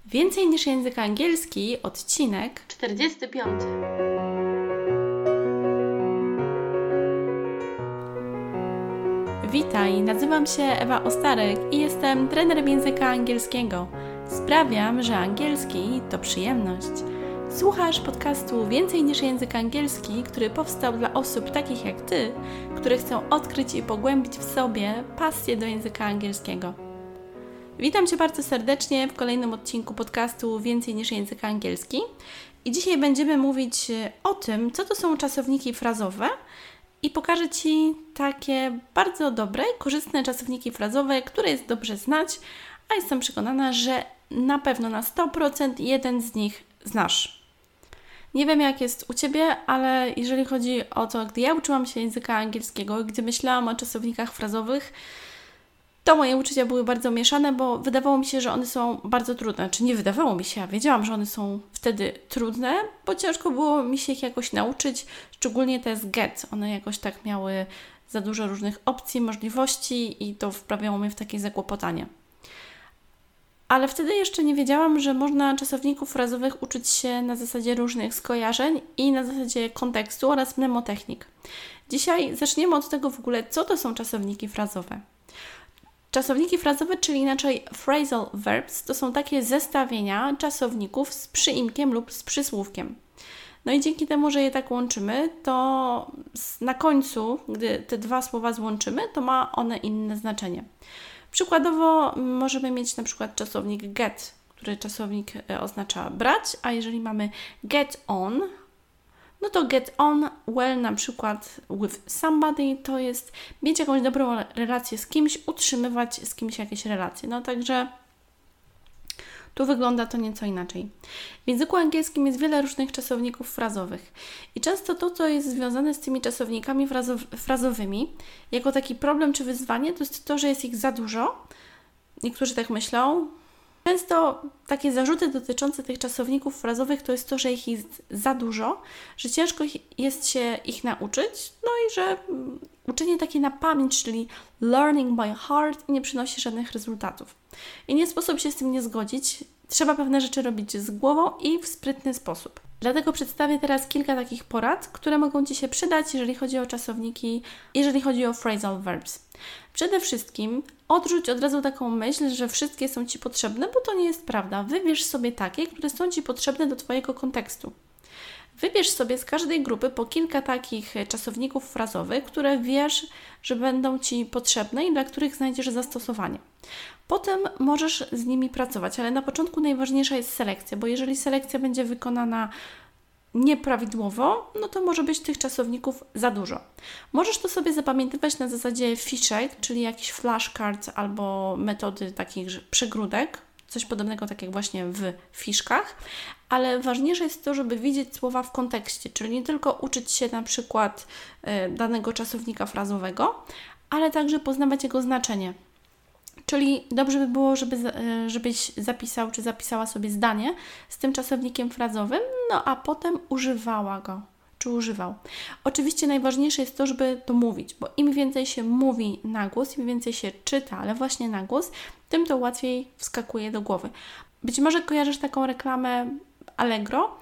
Więcej niż język angielski, odcinek 45. Witaj, nazywam się Ewa Ostarek i jestem trenerem języka angielskiego. Sprawiam, że angielski to przyjemność. Słuchasz podcastu Więcej niż język angielski, który powstał dla osób takich jak Ty, które chcą odkryć i pogłębić w sobie pasję do języka angielskiego. Witam Cię bardzo serdecznie w kolejnym odcinku podcastu Więcej niż język angielski. I dzisiaj będziemy mówić o tym, co to są czasowniki frazowe i pokażę Ci takie bardzo dobre i korzystne czasowniki frazowe, które jest dobrze znać, a jestem przekonana, że na pewno na 100% jeden z nich znasz. Nie wiem, jak jest u Ciebie, ale jeżeli chodzi o to, gdy ja uczyłam się języka angielskiego, gdy myślałam o czasownikach frazowych, to moje uczucia były bardzo mieszane, bo wydawało mi się, że one są bardzo trudne. Czy nie wydawało mi się, ja wiedziałam, że one są wtedy trudne, bo ciężko było mi się ich jakoś nauczyć, szczególnie te z get. One jakoś tak miały za dużo różnych opcji, możliwości i to wprawiało mnie w takie zakłopotanie. Ale wtedy jeszcze nie wiedziałam, że można czasowników frazowych uczyć się na zasadzie różnych skojarzeń i na zasadzie kontekstu oraz mnemotechnik. Dzisiaj zaczniemy od tego w ogóle, co to są czasowniki frazowe. Czasowniki frazowe, czyli inaczej phrasal verbs, to są takie zestawienia czasowników z przyimkiem lub z przysłówkiem. No i dzięki temu, że je tak łączymy, to na końcu, gdy te dwa słowa złączymy, to ma one inne znaczenie. Przykładowo możemy mieć na przykład czasownik get, który czasownik oznacza brać, a jeżeli mamy get on, no to get on well na przykład with somebody to jest mieć jakąś dobrą relację z kimś, utrzymywać z kimś jakieś relacje. No także tu wygląda to nieco inaczej. W języku angielskim jest wiele różnych czasowników frazowych i często to, co jest związane z tymi czasownikami frazowymi, jako taki problem czy wyzwanie, to jest to, że jest ich za dużo. Niektórzy tak myślą. Często takie zarzuty dotyczące tych czasowników frazowych to jest to, że ich jest za dużo, że ciężko jest się ich nauczyć, no i że uczenie takie na pamięć, czyli learning by heart, nie przynosi żadnych rezultatów. I nie sposób się z tym nie zgodzić. Trzeba pewne rzeczy robić z głową i w sprytny sposób. Dlatego przedstawię teraz kilka takich porad, które mogą Ci się przydać, jeżeli chodzi o czasowniki, jeżeli chodzi o phrasal verbs. Przede wszystkim odrzuć od razu taką myśl, że wszystkie są Ci potrzebne, bo to nie jest prawda. Wybierz sobie takie, które są Ci potrzebne do Twojego kontekstu. Wybierz sobie z każdej grupy po kilka takich czasowników frazowych, które wiesz, że będą Ci potrzebne i dla których znajdziesz zastosowanie. Potem możesz z nimi pracować, ale na początku najważniejsza jest selekcja, bo jeżeli selekcja będzie wykonana nieprawidłowo, no to może być tych czasowników za dużo. Możesz to sobie zapamiętywać na zasadzie fiszek, czyli jakiś flashcard albo metody takich przegródek, coś podobnego tak jak właśnie w fiszkach, ale ważniejsze jest to, żeby widzieć słowa w kontekście, czyli nie tylko uczyć się na przykład danego czasownika frazowego, ale także poznawać jego znaczenie. Czyli dobrze by było, żebyś zapisał czy zapisała sobie zdanie z tym czasownikiem frazowym, no a potem używała go, czy używał. Oczywiście najważniejsze jest to, żeby to mówić, bo im więcej się mówi na głos, im więcej się czyta, ale właśnie na głos, tym to łatwiej wskakuje do głowy. Być może kojarzysz taką reklamę Allegro,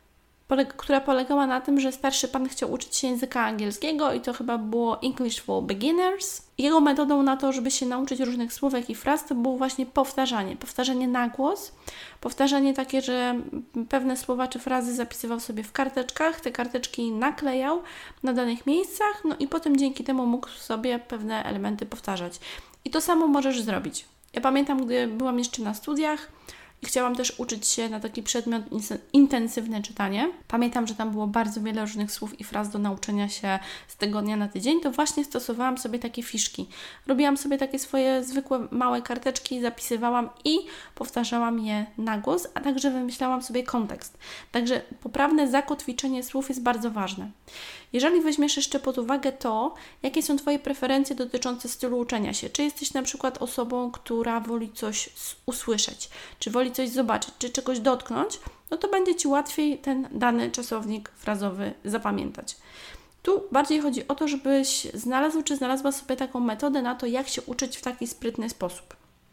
która polegała na tym, że starszy pan chciał uczyć się języka angielskiego i to chyba było English for Beginners. Jego metodą na to, żeby się nauczyć różnych słówek i fraz, to było właśnie powtarzanie. Powtarzanie na głos, powtarzanie takie, że pewne słowa czy frazy zapisywał sobie w karteczkach, te karteczki naklejał na danych miejscach, no i potem dzięki temu mógł sobie pewne elementy powtarzać. I to samo możesz zrobić. Ja pamiętam, gdy byłam jeszcze na studiach, i chciałam też uczyć się na taki przedmiot intensywne czytanie. Pamiętam, że tam było bardzo wiele różnych słów i fraz do nauczenia się z tygodnia na tydzień. To właśnie stosowałam sobie takie fiszki. Robiłam sobie takie swoje zwykłe małe karteczki, zapisywałam i powtarzałam je na głos, a także wymyślałam sobie kontekst. Także poprawne zakotwiczenie słów jest bardzo ważne. Jeżeli weźmiesz jeszcze pod uwagę to, jakie są Twoje preferencje dotyczące stylu uczenia się, czy jesteś na przykład osobą, która woli coś usłyszeć, czy woli coś zobaczyć, czy czegoś dotknąć, no to będzie Ci łatwiej ten dany czasownik frazowy zapamiętać. Tu bardziej chodzi o to, żebyś znalazł czy znalazła sobie taką metodę na to, jak się uczyć w taki sprytny sposób.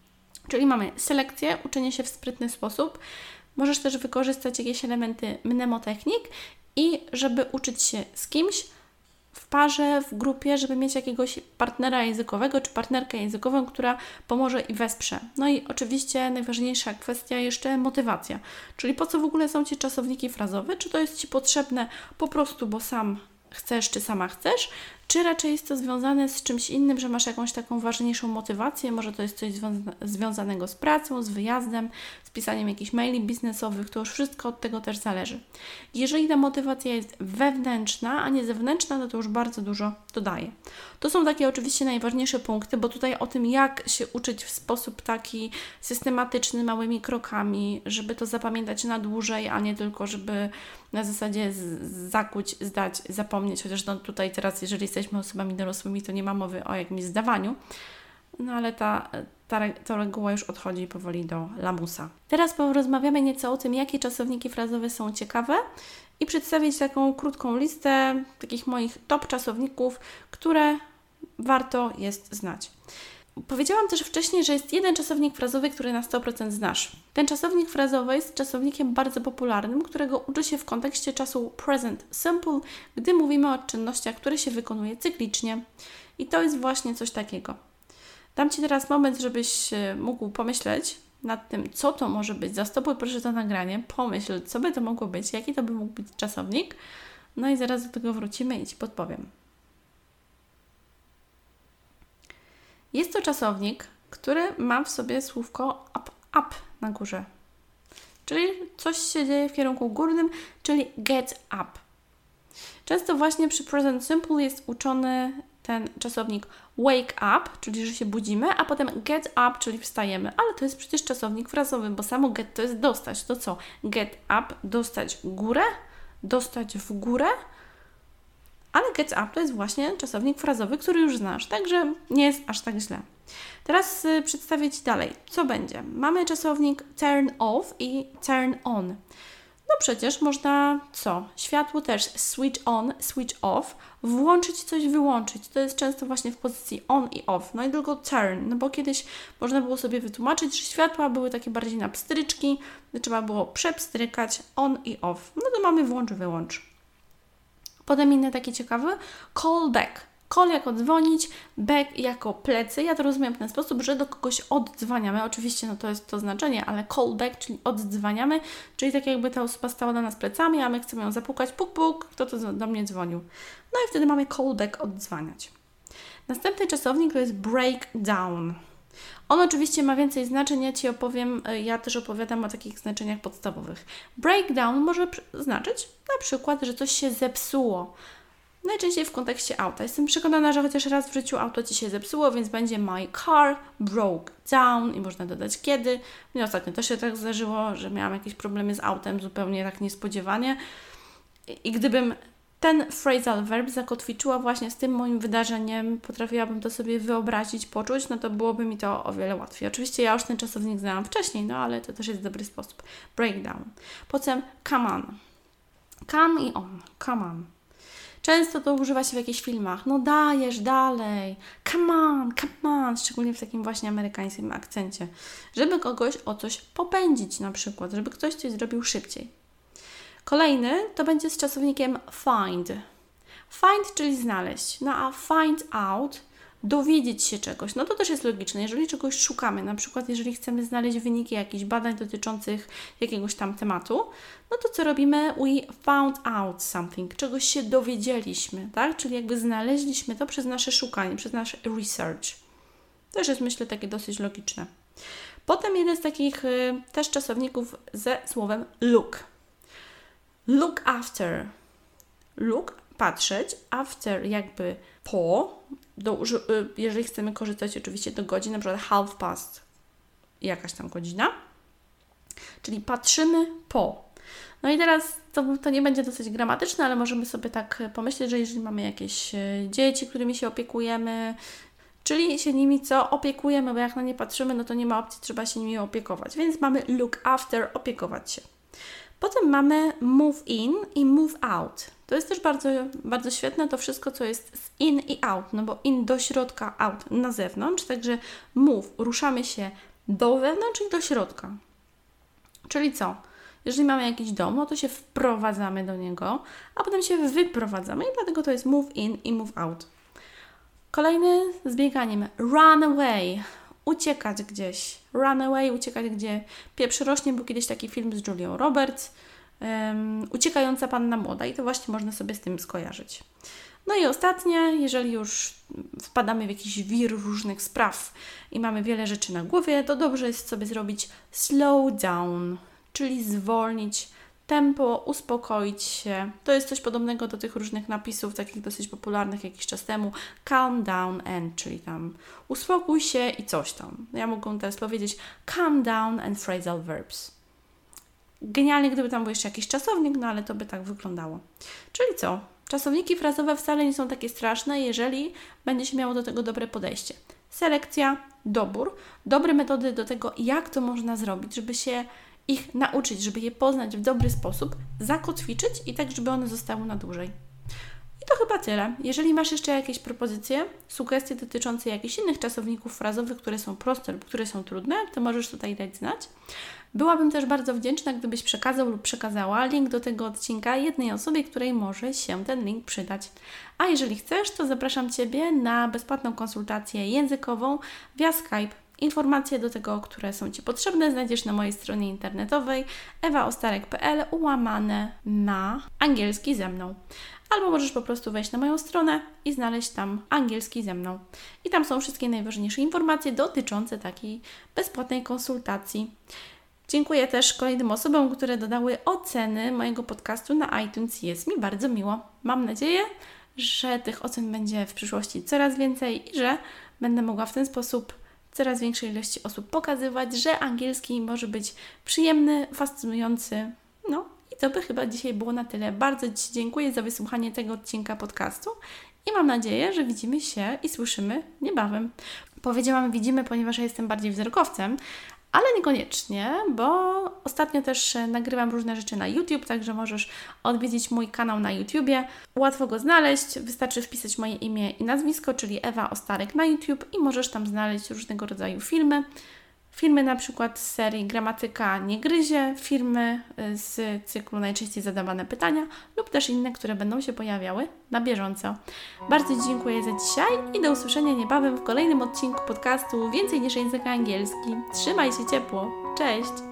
Czyli mamy selekcję, uczenie się w sprytny sposób. Możesz też wykorzystać jakieś elementy mnemotechnik i żeby uczyć się z kimś w parze, w grupie, żeby mieć jakiegoś partnera językowego czy partnerkę językową, która pomoże i wesprze. No i oczywiście najważniejsza kwestia jeszcze motywacja. Czyli po co w ogóle są Ci czasowniki frazowe? Czy to jest Ci potrzebne po prostu, bo sam chcesz, czy sama chcesz, czy raczej jest to związane z czymś innym, że masz jakąś taką ważniejszą motywację, może to jest coś związanego z pracą, z wyjazdem, z pisaniem jakichś maili biznesowych, to już wszystko od tego też zależy. Jeżeli ta motywacja jest wewnętrzna, a nie zewnętrzna, no to już bardzo dużo dodaje. To są takie oczywiście najważniejsze punkty, bo tutaj o tym, jak się uczyć w sposób taki systematyczny, małymi krokami, żeby to zapamiętać na dłużej, a nie tylko, żeby na zasadzie zakuć, zdać, zapomnieć, chociaż no tutaj teraz, jeżeli jesteśmy osobami dorosłymi, to nie ma mowy o jakimś zdawaniu, no ale ta reguła już odchodzi powoli do lamusa. Teraz porozmawiamy nieco o tym, jakie czasowniki frazowe są ciekawe i przedstawić taką krótką listę takich moich top czasowników, które warto jest znać. Powiedziałam też wcześniej, że jest jeden czasownik frazowy, który na 100% znasz. Ten czasownik frazowy jest czasownikiem bardzo popularnym, którego uczy się w kontekście czasu present simple, gdy mówimy o czynnościach, które się wykonuje cyklicznie. I to jest właśnie coś takiego. Dam Ci teraz moment, żebyś mógł pomyśleć nad tym, co to może być. Zastopuj proszę to nagranie, pomyśl, co by to mogło być, jaki to by mógł być czasownik. No i zaraz do tego wrócimy i Ci podpowiem. Jest to czasownik, który ma w sobie słówko up na górze. Czyli coś się dzieje w kierunku górnym, czyli get up. Często właśnie przy present simple jest uczony ten czasownik wake up, czyli że się budzimy, a potem get up, czyli wstajemy. Ale to jest przecież czasownik frazowy, bo samo get to jest dostać. To co? Get up, dostać górę, dostać w górę, ale get up to jest właśnie czasownik frazowy, który już znasz, także nie jest aż tak źle. Teraz przedstawię Ci dalej, co będzie. Mamy czasownik turn off i turn on. No przecież można co? Światło też switch on, switch off, włączyć coś, wyłączyć. To jest często właśnie w pozycji on i off. No i tylko turn, no bo kiedyś można było sobie wytłumaczyć, że światła były takie bardziej na pstryczki, trzeba było przepstrykać on i off. No to mamy włącz, wyłącz. Potem inny taki ciekawy, call back. Call jako dzwonić, back jako plecy. Ja to rozumiem w ten sposób, że do kogoś oddzwaniamy. Oczywiście no to jest to znaczenie, ale call back, czyli oddzwaniamy, czyli tak jakby ta osoba stała do nas plecami, a my chcemy ją zapukać, puk, puk, kto to do mnie dzwonił. No i wtedy mamy call back, oddzwaniać. Następny czasownik to jest break down. On oczywiście ma więcej znaczeń, ja Ci opowiem, ja też opowiadam o takich znaczeniach podstawowych. Breakdown może znaczyć na przykład, że coś się zepsuło. Najczęściej w kontekście auta. Jestem przekonana, że chociaż raz w życiu auto Ci się zepsuło, więc będzie my car broke down i można dodać kiedy. Mnie ostatnio też się tak zdarzyło, że miałam jakieś problemy z autem zupełnie tak niespodziewanie. I gdybym ten phrasal verb zakotwiczyła właśnie z tym moim wydarzeniem, potrafiłabym to sobie wyobrazić, poczuć, no to byłoby mi to o wiele łatwiej. Oczywiście ja już ten czasownik znałam wcześniej, no ale to też jest dobry sposób. Breakdown. Potem come on. Come i on. Come on. Często to używa się w jakichś filmach. No dajesz dalej. Come on. Szczególnie w takim właśnie amerykańskim akcencie. Żeby kogoś o coś popędzić na przykład. Żeby ktoś coś zrobił szybciej. Kolejny to będzie z czasownikiem find. Find, czyli znaleźć. No a find out, dowiedzieć się czegoś. No to też jest logiczne. Jeżeli czegoś szukamy, na przykład jeżeli chcemy znaleźć wyniki jakichś badań dotyczących jakiegoś tam tematu, no to co robimy? We found out something. Czegoś się dowiedzieliśmy, tak? Czyli jakby znaleźliśmy to przez nasze szukanie, przez nasz research. To też jest, myślę, takie dosyć logiczne. Potem jeden z takich też czasowników ze słowem look. Look after. Look, patrzeć. After, jakby po. Jeżeli chcemy korzystać oczywiście do godzin, na przykład half past, jakaś tam godzina. Czyli patrzymy po. No i teraz to nie będzie dosyć gramatyczne, ale możemy sobie tak pomyśleć, że jeżeli mamy jakieś dzieci, którymi się opiekujemy, czyli się nimi co opiekujemy, bo jak na nie patrzymy, no to nie ma opcji, trzeba się nimi opiekować. Więc mamy look after, opiekować się. Potem mamy move in i move out. To jest też bardzo, bardzo świetne, to wszystko, co jest z in i out, no bo in do środka, out na zewnątrz, także move, ruszamy się do wewnątrz i do środka. Czyli co? Jeżeli mamy jakiś dom, no to się wprowadzamy do niego, a potem się wyprowadzamy i dlatego to jest move in i move out. Kolejny z bieganiem. Run away. Uciekać gdzieś. Run away, uciekać gdzie pieprz rośnie. Był kiedyś taki film z Julią Roberts. Uciekająca panna młoda i to właśnie można sobie z tym skojarzyć. No i ostatnie, jeżeli już wpadamy w jakiś wir różnych spraw i mamy wiele rzeczy na głowie, to dobrze jest sobie zrobić slow down, czyli zwolnić tempo, uspokoić się. To jest coś podobnego do tych różnych napisów, takich dosyć popularnych jakiś czas temu. Calm down and, czyli tam uspokój się i coś tam. Ja mogę teraz powiedzieć calm down and phrasal verbs. Genialnie, gdyby tam był jeszcze jakiś czasownik, no ale to by tak wyglądało. Czyli co? Czasowniki frazowe wcale nie są takie straszne, jeżeli będzie się miało do tego dobre podejście. Selekcja, dobór, dobre metody do tego, jak to można zrobić, żeby się ich nauczyć, żeby je poznać w dobry sposób, zakotwiczyć i tak, żeby one zostały na dłużej. I to chyba tyle. Jeżeli masz jeszcze jakieś propozycje, sugestie dotyczące jakichś innych czasowników frazowych, które są proste lub które są trudne, to możesz tutaj dać znać. Byłabym też bardzo wdzięczna, gdybyś przekazał lub przekazała link do tego odcinka jednej osobie, której może się ten link przydać. A jeżeli chcesz, to zapraszam Ciebie na bezpłatną konsultację językową via Skype. Informacje do tego, które są Ci potrzebne, znajdziesz na mojej stronie internetowej ewaostarek.pl/angielski ze mną. Albo możesz po prostu wejść na moją stronę i znaleźć tam angielski ze mną. I tam są wszystkie najważniejsze informacje dotyczące takiej bezpłatnej konsultacji. Dziękuję też kolejnym osobom, które dodały oceny mojego podcastu na iTunes. Jest mi bardzo miło. Mam nadzieję, że tych ocen będzie w przyszłości coraz więcej i że będę mogła w ten sposób coraz większej ilości osób pokazywać, że angielski może być przyjemny, fascynujący. No i to by chyba dzisiaj było na tyle. Bardzo Ci dziękuję za wysłuchanie tego odcinka podcastu i mam nadzieję, że widzimy się i słyszymy niebawem. Powiedziałam widzimy, ponieważ ja jestem bardziej wzrokowcem, ale niekoniecznie, bo ostatnio też nagrywam różne rzeczy na YouTube, także możesz odwiedzić mój kanał na YouTubie. Łatwo go znaleźć, wystarczy wpisać moje imię i nazwisko, czyli Ewa Ostarek na YouTube i możesz tam znaleźć różnego rodzaju filmy. Filmy na przykład z serii Gramatyka nie gryzie, filmy z cyklu najczęściej zadawane pytania lub też inne, które będą się pojawiały na bieżąco. Bardzo Ci dziękuję za dzisiaj i do usłyszenia niebawem w kolejnym odcinku podcastu Więcej niż język angielski. Trzymaj się ciepło. Cześć!